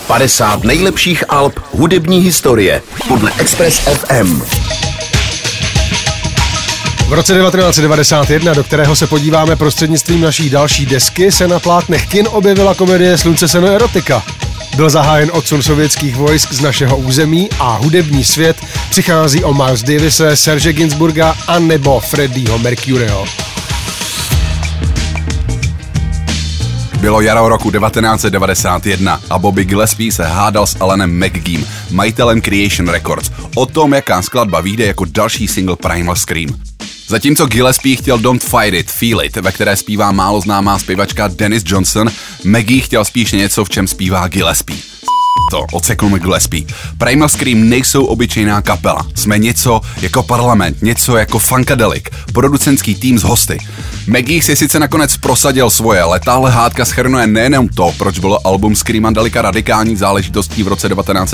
50 nejlepších alb hudební historie podle Express FM. V roce 1991, do kterého se podíváme prostřednictvím naší další desky, se na plátnech kin objevila komedie Slunce, seno, erotika. Byl zahájen odsun sovětských vojsk z našeho území a hudební svět přichází o Miles Davise, Serge Gainsbourga a nebo Freddieho Mercuryho. Bylo jaro roku 1991 a Bobby Gillespie se hádal s Alanem McGeem, majitelem Creation Records, o tom, jaká skladba vyjde jako další single Primal Scream. Zatímco Gillespie chtěl Don't Fight It, Feel It, ve které zpívá málo známá zpěvačka Dennis Johnson, Maggie chtěl spíš něco, v čem zpívá Gillespie. To odsekl Gillespie. Primal Scream nejsou obyčejná kapela. Jsme něco jako Parlament, něco jako Funkadelic, producentský tým s hosty. Maggie si sice nakonec prosadil svoje, ale tahle hádka shrnuje nejenom to, proč bylo album Screamadelica radikální záležitostí v roce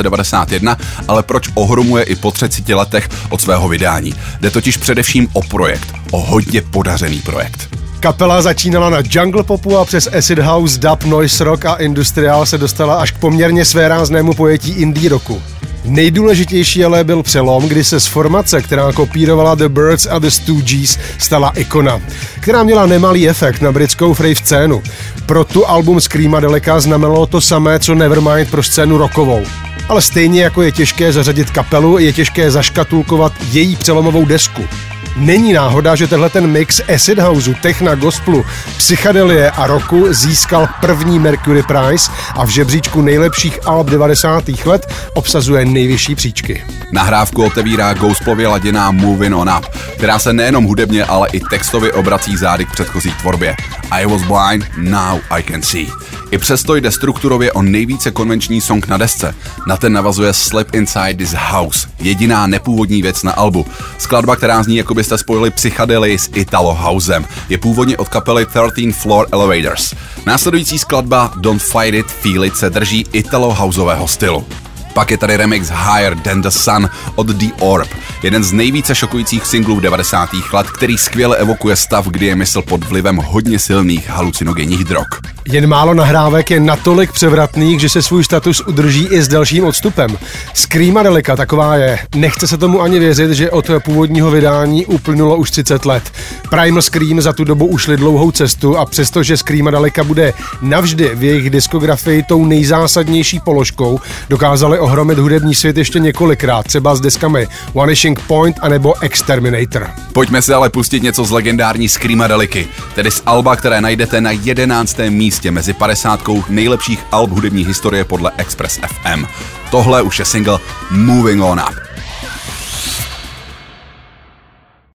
1991, ale proč ohromuje i po 30 letech od svého vydání. Jde totiž především o projekt, o hodně podařený projekt. Kapela začínala na jungle popu a přes acid house, dub, noise rock a industriál se dostala až k poměrně svéráznému pojetí indie rocku. Nejdůležitější ale byl přelom, kdy se z formace, která kopírovala The Byrds a The Stooges, stala ikona, která měla nemalý efekt na britskou free scénu. Pro tu album Screamadelica znamenalo to samé, co Nevermind pro scénu rockovou. Ale stejně jako je těžké zařadit kapelu, je těžké zaškatulkovat její přelomovou desku. Není náhoda, že tenhle ten mix acid houseu, techna, gospelu, psychedelie a rocku získal první Mercury Prize a v žebříčku nejlepších alb 90. let obsazuje nejvyšší příčky. Nahrávku otevírá gospelově laděná Moving On Up, která se nejenom hudebně, ale i textově obrací zády k předchozí tvorbě. I was blind, now I can see. I přesto jde strukturově o nejvíce konvenční song na desce. Na ten navazuje Slip Inside This House, jediná nepůvodní věc na albu. Skladba, která zní, jako byste spojili psychedelii s Italo Housem, je původně od kapely 13th Floor Elevators. Následující skladba Don't Fight It, Feel It se drží Italo Houseového stylu. Pak je tady remix Higher Than The Sun od The Orb, jeden z nejvíce šokujících singlů 90. let, který skvěle evokuje stav, kdy je mysl pod vlivem hodně silných halucinogenních drog. Jen málo nahrávek je natolik převratných, že se svůj status udrží i s delším odstupem. Screamadelica taková je. Nechce se tomu ani věřit, že od původního vydání uplynulo už 30 let. Primal Scream za tu dobu ušli dlouhou cestu a přestože Screamadelica bude navždy v jejich diskografii tou nejzásadnější položkou, dokázali ohromit hudební svět ještě několikrát, třeba s deskami Vanishing Point anebo Exterminator. Pojďme si ale pustit něco z legendární Screamadeliky, tedy z alba, které najdete na 11. místě mezi 50 nejlepších alb hudební historie podle Express FM. Tohle už je single Moving On Up.